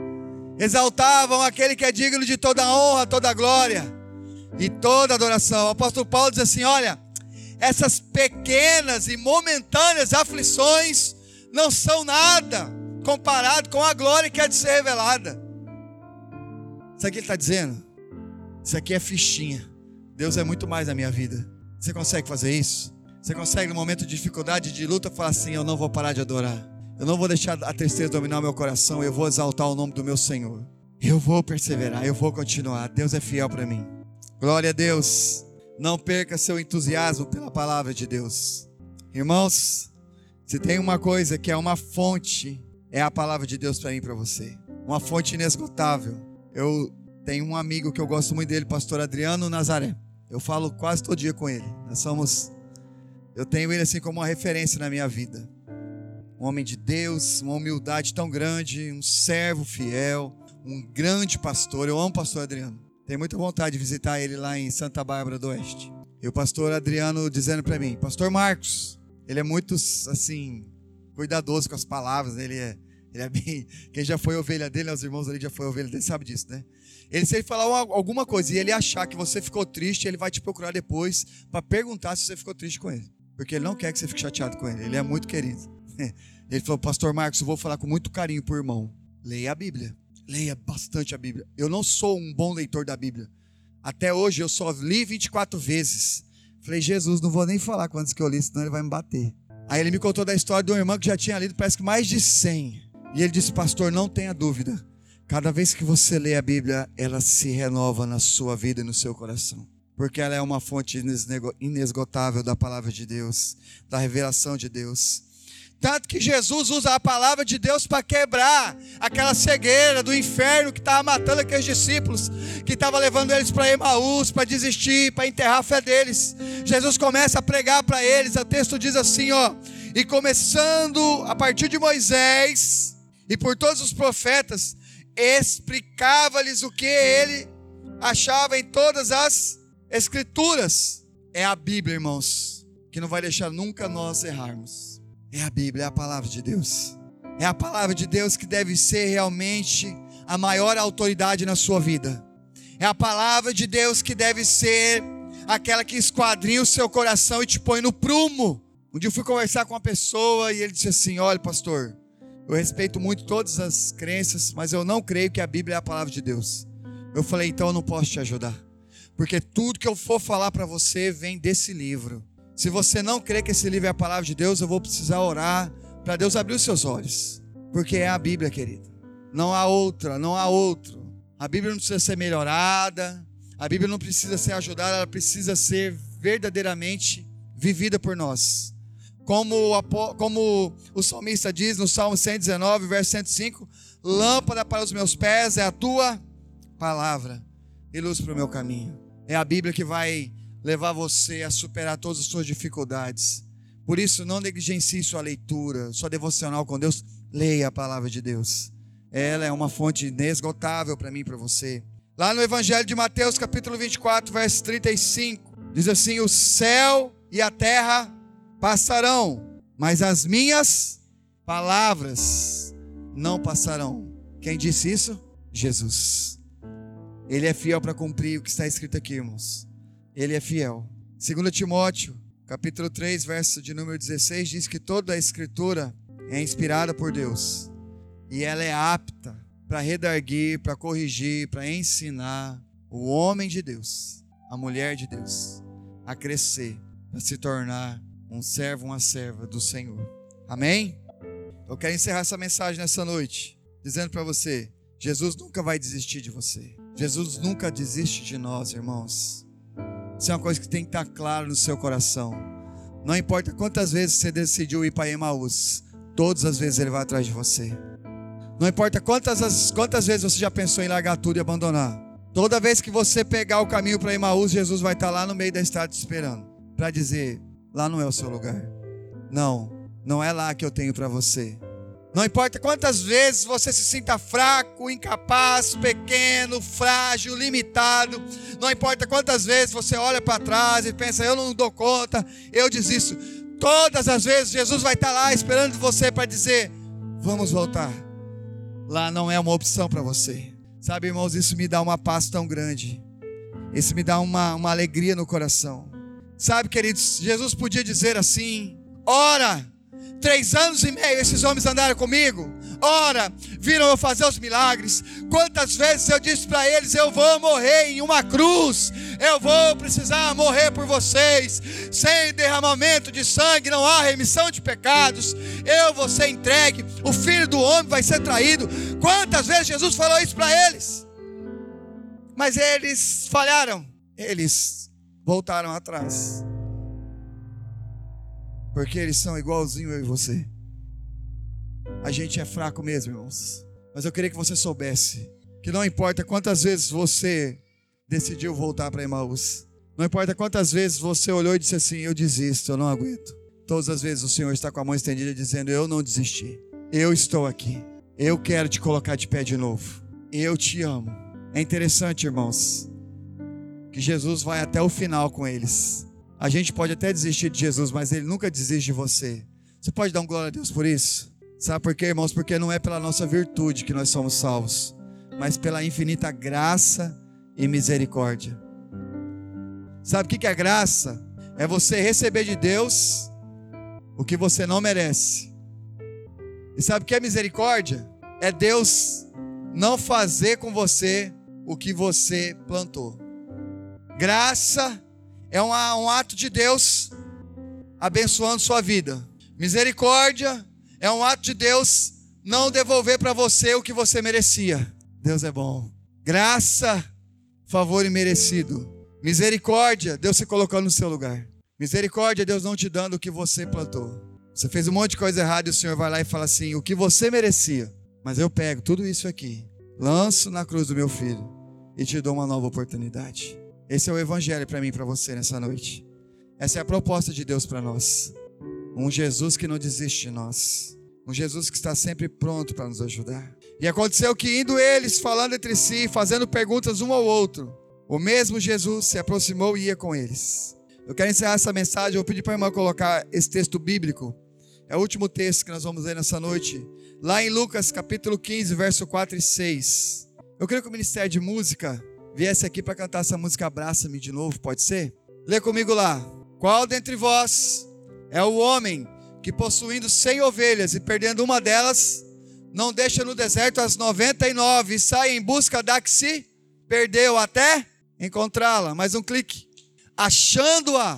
S1: exaltavam aquele que é digno de toda honra, toda glória e toda adoração. O apóstolo Paulo diz assim, olha, essas pequenas e momentâneas aflições não são nada comparado com a glória que há de ser revelada. Isso aqui ele está dizendo, isso aqui é fichinha. Deus é muito mais na minha vida. Você consegue fazer isso? Você consegue no momento de dificuldade, de luta, falar assim, eu não vou parar de adorar. Eu não vou deixar a tristeza dominar o meu coração. Eu vou exaltar o nome do meu Senhor. Eu vou perseverar, eu vou continuar. Deus é fiel para mim. Glória a Deus. Não perca seu entusiasmo pela palavra de Deus. Irmãos, se tem uma coisa que é uma fonte, é a palavra de Deus para mim e para você. Uma fonte inesgotável. Eu tenho um amigo que eu gosto muito dele, pastor Adriano Nazaré. Eu falo quase todo dia com ele. Nós somos... Eu tenho ele assim como uma referência na minha vida. Um homem de Deus, uma humildade tão grande, um servo fiel, um grande pastor. Eu amo o pastor Adriano. Tenho muita vontade de visitar ele lá em Santa Bárbara do Oeste. E o pastor Adriano dizendo para mim, pastor Marcos, ele é muito assim, cuidadoso com as palavras, né? Ele é, ele é bem... Quem já foi ovelha dele, os irmãos ali já foi ovelha dele, sabe disso, né? Ele, se ele falar uma, alguma coisa e ele achar que você ficou triste, ele vai te procurar depois para perguntar se você ficou triste com ele. Porque ele não quer que você fique chateado com ele. Ele é muito querido. Ele falou, pastor Marcos, eu vou falar com muito carinho pro irmão. leia a Bíblia. Leia bastante a Bíblia. Eu não sou um bom leitor da Bíblia. Até hoje eu só li vinte e quatro vezes. Falei, Jesus, não vou nem falar quantos que eu li, senão ele vai me bater. Aí ele me contou da história de uma irmã que já tinha lido, parece que mais de cem. E ele disse, pastor, não tenha dúvida. Cada vez que você lê a Bíblia, ela se renova na sua vida e no seu coração. Porque ela é uma fonte inesgotável da palavra de Deus, da revelação de Deus. Tanto que Jesus usa a palavra de Deus para quebrar aquela cegueira do inferno que estava matando aqueles discípulos, que estava levando eles para Emaús, para desistir, para enterrar a fé deles. Jesus começa a pregar para eles. O texto diz assim, ó, e começando a partir de Moisés e por todos os profetas, explicava-lhes o que ele achava em todas as Escrituras. É a Bíblia, irmãos, que não vai deixar nunca nós errarmos. É a Bíblia, é a palavra de Deus. É a palavra de Deus que deve ser realmente a maior autoridade na sua vida. É a palavra de Deus que deve ser aquela que esquadrinha o seu coração e te põe no prumo. Um dia eu fui conversar com uma pessoa e ele disse assim, olha pastor, eu respeito muito todas as crenças, mas eu não creio que a Bíblia é a palavra de Deus. Eu falei, então eu não posso te ajudar. Porque tudo que eu for falar para você vem desse livro. Se você não crê que esse livro é a palavra de Deus, eu vou precisar orar para Deus abrir os seus olhos. Porque é a Bíblia, querido. Não há outra, não há outro. A Bíblia não precisa ser melhorada. A Bíblia não precisa ser ajudada. Ela precisa ser verdadeiramente vivida por nós. Como o, como o salmista diz no Salmo cento e dezenove, verso cento e cinco. Lâmpada para os meus pés é a tua palavra e luz para o meu caminho. É a Bíblia que vai levar você a superar todas as suas dificuldades. Por isso, não negligencie sua leitura, sua devocional com Deus. Leia a palavra de Deus. Ela é uma fonte inesgotável para mim e para você. Lá no Evangelho de Mateus, capítulo vinte e quatro, verso trinta e cinco, diz assim, o céu e a terra passarão, mas as minhas palavras não passarão. Quem disse isso? Jesus. Ele é fiel para cumprir o que está escrito aqui, irmãos. Ele é fiel. Segundo Timóteo, capítulo três, verso de número dezesseis, diz que toda a escritura é inspirada por Deus. E ela é apta para redarguir, para corrigir, para ensinar o homem de Deus, a mulher de Deus, a crescer, a se tornar um servo, uma serva do Senhor. Amém? Eu quero encerrar essa mensagem nessa noite, dizendo para você, Jesus nunca vai desistir de você. Jesus nunca desiste de nós, irmãos. Isso é uma coisa que tem que estar claro no seu coração. Não importa quantas vezes você decidiu ir para Emaús, todas as vezes Ele vai atrás de você. Não importa quantas, quantas vezes você já pensou em largar tudo e abandonar. Toda vez que você pegar o caminho para Emaús, Jesus vai estar lá no meio da estrada te esperando, para dizer, lá não é o seu lugar. Não, não é lá que eu tenho para você. Não importa quantas vezes você se sinta fraco, incapaz, pequeno, frágil, limitado. Não importa quantas vezes você olha para trás e pensa, eu não dou conta, eu desisto. Todas as vezes Jesus vai estar lá esperando você para dizer, vamos voltar. Lá não é uma opção para você. Sabe, irmãos, isso me dá uma paz tão grande. Isso me dá uma, uma alegria no coração. Sabe, queridos, Jesus podia dizer assim, ora, três anos e meio esses homens andaram comigo. Ora, viram eu fazer os milagres. Quantas vezes eu disse para eles, eu vou morrer em uma cruz. Eu vou precisar morrer por vocês. Sem derramamento de sangue não há remissão de pecados. Eu vou ser entregue. O Filho do Homem vai ser traído. Quantas vezes Jesus falou isso para eles? Mas eles falharam. Eles voltaram atrás. Porque eles são igualzinho eu e você. A gente é fraco mesmo, irmãos. Mas eu queria que você soubesse que não importa quantas vezes você decidiu voltar para Emaús. Não importa quantas vezes você olhou e disse assim, eu desisto, eu não aguento. Todas as vezes o Senhor está com a mão estendida dizendo, eu não desisti. Eu estou aqui. Eu quero te colocar de pé de novo. Eu te amo. É interessante, irmãos, que Jesus vai até o final com eles. A gente pode até desistir de Jesus, mas Ele nunca desiste de você. Você pode dar um glória a Deus por isso? Sabe por quê, irmãos? Porque não é pela nossa virtude que nós somos salvos, mas pela infinita graça e misericórdia. Sabe o que é graça? É você receber de Deus o que você não merece. E sabe o que é misericórdia? é Deus não fazer com você o que você plantou. Graça é um, um ato de Deus abençoando sua vida. Misericórdia é um ato de Deus não devolver para você o que você merecia. Deus é bom. Graça, favor imerecido. Misericórdia, Deus se colocando no seu lugar. Misericórdia, Deus não te dando o que você plantou. Você fez um monte de coisa errada e o Senhor vai lá e fala assim: o que você merecia, mas eu pego tudo isso aqui, lanço na cruz do meu filho e te dou uma nova oportunidade. Esse é o evangelho para mim e para você nessa noite. Essa é a proposta de Deus para nós. Um Jesus que não desiste de nós. Um Jesus que está sempre pronto para nos ajudar. E aconteceu que, indo eles falando entre si, fazendo perguntas um ao outro, o mesmo Jesus se aproximou e ia com eles. Eu quero encerrar essa mensagem. Eu vou pedir para a irmã colocar esse texto bíblico. É o último texto que nós vamos ler nessa noite. Lá em Lucas capítulo quinze, verso quatro e seis. Eu queria que o Ministério de Música viesse aqui para cantar essa música Abraça-me de novo, pode ser? Lê comigo lá. Qual dentre vós é o homem que, possuindo cem ovelhas e perdendo uma delas, não deixa no deserto as noventa e nove e sai em busca da que se perdeu até encontrá-la? Mais um clique. Achando-a,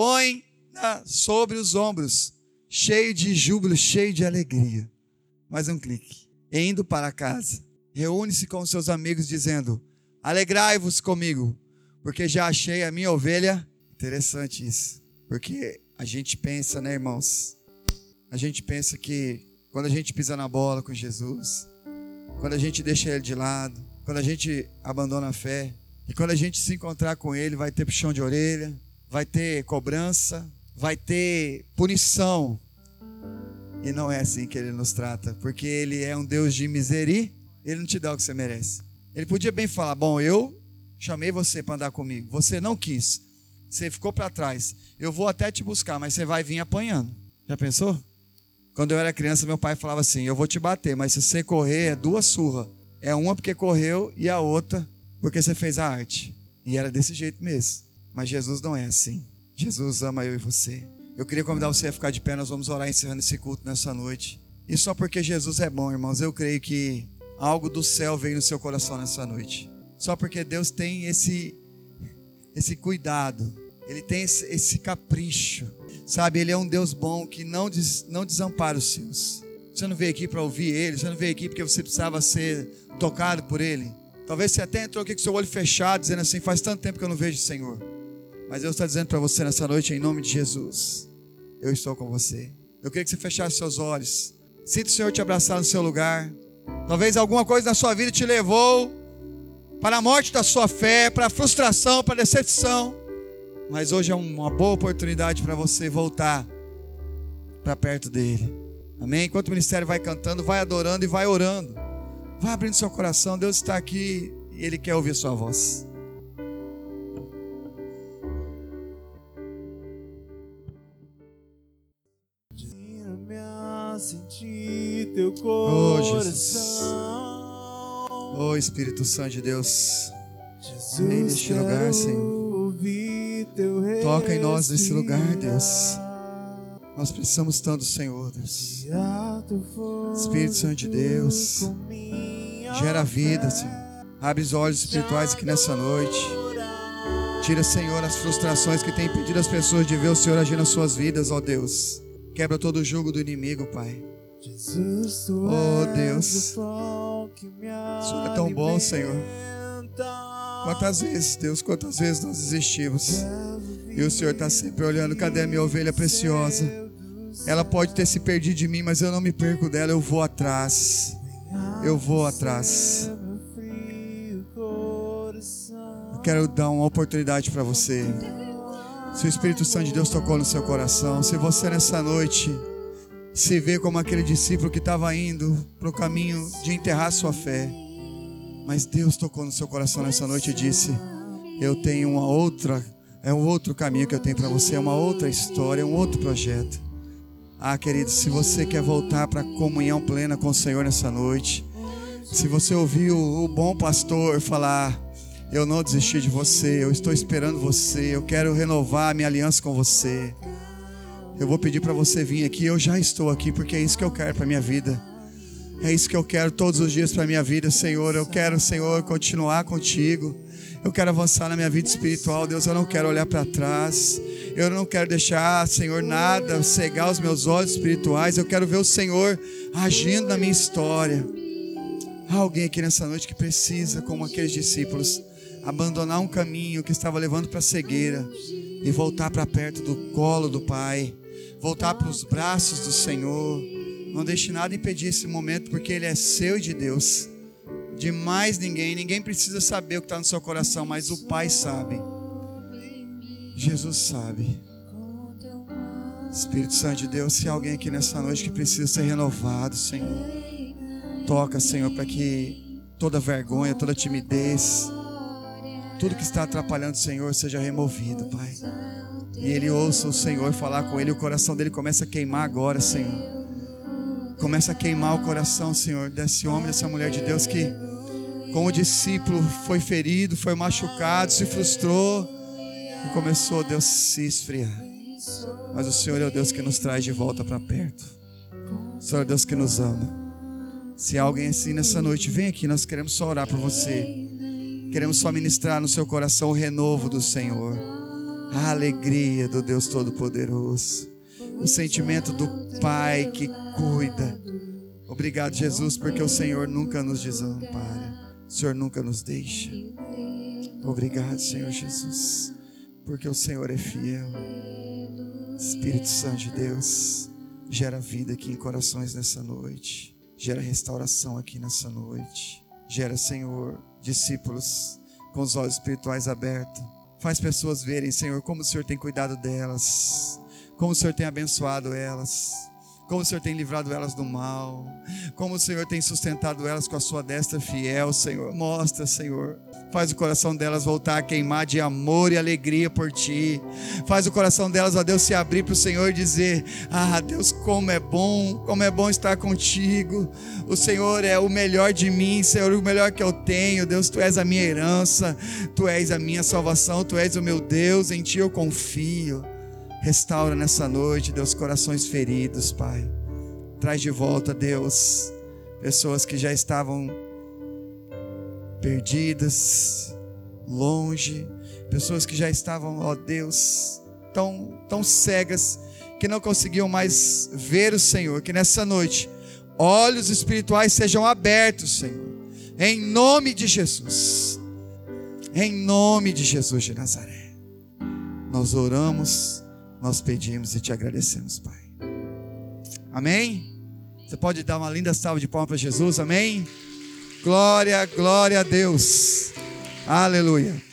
S1: põe-na sobre os ombros, cheio de júbilo, cheio de alegria. Mais um clique. E indo para casa, reúne-se com seus amigos dizendo: alegrai-vos comigo, porque já achei a minha ovelha. Interessante isso, porque a gente pensa, né, irmãos? A gente pensa que quando a gente pisa na bola com Jesus, quando a gente deixa Ele de lado, quando a gente abandona a fé, e quando a gente se encontrar com Ele, vai ter puxão de orelha, vai ter cobrança, vai ter punição. E não é assim que Ele nos trata, porque Ele é um Deus de misericórdia. Ele não te dá o que você merece. Ele podia bem falar: bom, eu chamei você para andar comigo, você não quis, você ficou para trás, eu vou até te buscar, mas você vai vir apanhando. Já pensou? Quando eu era criança, meu pai falava assim: eu vou te bater, mas se você correr, é duas surras. É uma porque correu e a outra porque você fez a arte. E era desse jeito mesmo. Mas Jesus não é assim. Jesus ama eu e você. Eu queria convidar você a ficar de pé. Nós vamos orar encerrando esse culto nessa noite. E só porque Jesus é bom, irmãos, eu creio que algo do céu veio no seu coração nessa noite. Só porque Deus tem esse, esse cuidado. Ele tem esse, esse capricho. Sabe, Ele é um Deus bom que não, des, não desampara os seus. Você não veio aqui para ouvir Ele. Você não veio aqui porque você precisava ser tocado por Ele. Talvez você até entrou aqui com seu olho fechado, dizendo assim: faz tanto tempo que eu não vejo o Senhor. Mas Deus está dizendo para você nessa noite, em nome de Jesus: eu estou com você. Eu queria que você fechasse seus olhos. Sinta o Senhor te abraçar no seu lugar. Talvez alguma coisa na sua vida te levou para a morte da sua fé, para a frustração, para a decepção. Mas hoje é uma boa oportunidade para você voltar para perto dEle. Amém? Enquanto o ministério vai cantando, vai adorando e vai orando. Vai abrindo seu coração. Deus está aqui e Ele quer ouvir a sua voz.
S2: Sentir teu
S1: coração.
S2: Oh, Jesus.
S1: Oh, Espírito Santo de Deus.
S2: Jesus,
S1: vem neste lugar, Senhor. Toca em nós nesse lugar, Deus. Nós precisamos tanto do Senhor, Deus. Espírito Santo de Deus, gera vida, Senhor. Abre os olhos espirituais aqui nessa noite. Tira, Senhor, as frustrações que tem impedido as pessoas de ver o Senhor agir nas suas vidas, ó Deus. Quebra todo o jugo do inimigo, Pai. Oh, Deus. O Senhor é tão bom, Senhor. Quantas vezes, Deus, quantas vezes nós desistimos. E o Senhor está sempre olhando: cadê a minha ovelha preciosa? Ela pode ter se perdido de mim, mas eu não me perco dela. Eu vou atrás. Eu vou atrás. Eu quero dar uma oportunidade para você. Se o Espírito Santo de Deus tocou no seu coração, se você nessa noite se vê como aquele discípulo que estava indo para o caminho de enterrar sua fé, mas Deus tocou no seu coração nessa noite e disse: eu tenho uma outra, é um outro caminho que eu tenho para você, é uma outra história, é um outro projeto. Ah, querido, se você quer voltar para a comunhão plena com o Senhor nessa noite, se você ouviu o bom pastor falar: eu não desisti de você, eu estou esperando você, eu quero renovar a minha aliança com você, eu vou pedir para você vir aqui. Eu já estou aqui porque é isso que eu quero para a minha vida. É isso que eu quero todos os dias para a minha vida, Senhor. Eu quero, Senhor, continuar contigo. Eu quero avançar na minha vida espiritual, Deus. Eu não quero olhar para trás. Eu não quero deixar, Senhor, nada cegar os meus olhos espirituais. Eu quero ver o Senhor agindo na minha história. Há alguém aqui nessa noite que precisa, como aqueles discípulos, abandonar um caminho que estava levando para a cegueira e voltar para perto do colo do Pai, voltar para os braços do Senhor. Não deixe nada impedir esse momento, porque Ele é seu e de Deus, de mais ninguém. Ninguém precisa saber o que está no seu coração, mas o Pai sabe. Jesus sabe. Espírito Santo de Deus, se há alguém aqui nessa noite que precisa ser renovado, Senhor, toca, Senhor, para que toda vergonha, toda timidez, tudo que está atrapalhando o Senhor seja removido, Pai. E ele ouça o Senhor falar com ele, o coração dele começa a queimar agora, Senhor. Começa a queimar o coração, Senhor, desse homem, dessa mulher de Deus que, como discípulo, foi ferido, foi machucado, se frustrou e começou, Deus, a se esfriar. Mas o Senhor é o Deus que nos traz de volta para perto. O Senhor é o Deus que nos ama. Se há alguém assim nessa noite, vem aqui, nós queremos só orar por você. Queremos só ministrar no seu coração o renovo do Senhor, a alegria do Deus Todo-Poderoso, o sentimento do Pai que cuida. Obrigado, Jesus, porque o Senhor nunca nos desampara, o Senhor nunca nos deixa. Obrigado, Senhor Jesus, porque o Senhor é fiel. Espírito Santo de Deus, gera vida aqui em corações nessa noite, gera restauração aqui nessa noite, gera, Senhor, discípulos com os olhos espirituais abertos. Faz pessoas verem, Senhor, como o Senhor tem cuidado delas, como o Senhor tem abençoado elas, como o Senhor tem livrado elas do mal, como o Senhor tem sustentado elas com a sua destra fiel, Senhor. Mostra, Senhor, faz o coração delas voltar a queimar de amor e alegria por Ti. Faz o coração delas, ó Deus, se abrir para o Senhor e dizer: ah, Deus, como é bom, como é bom estar contigo. O Senhor é o melhor de mim, Senhor, o melhor que eu tenho. Deus, Tu és a minha herança, Tu és a minha salvação, Tu és o meu Deus, em Ti eu confio. Restaura nessa noite, Deus, corações feridos, Pai. Traz de volta, Deus, pessoas que já estavam perdidas, longe, pessoas que já estavam, ó Deus, tão, tão cegas, que não conseguiam mais ver o Senhor. Que nessa noite, olhos espirituais sejam abertos, Senhor, em nome de Jesus, em nome de Jesus de Nazaré. Nós oramos, nós pedimos e Te agradecemos, Pai. Amém? Você pode dar uma linda salva de palmas para Jesus, amém? Glória, glória a Deus. Aleluia.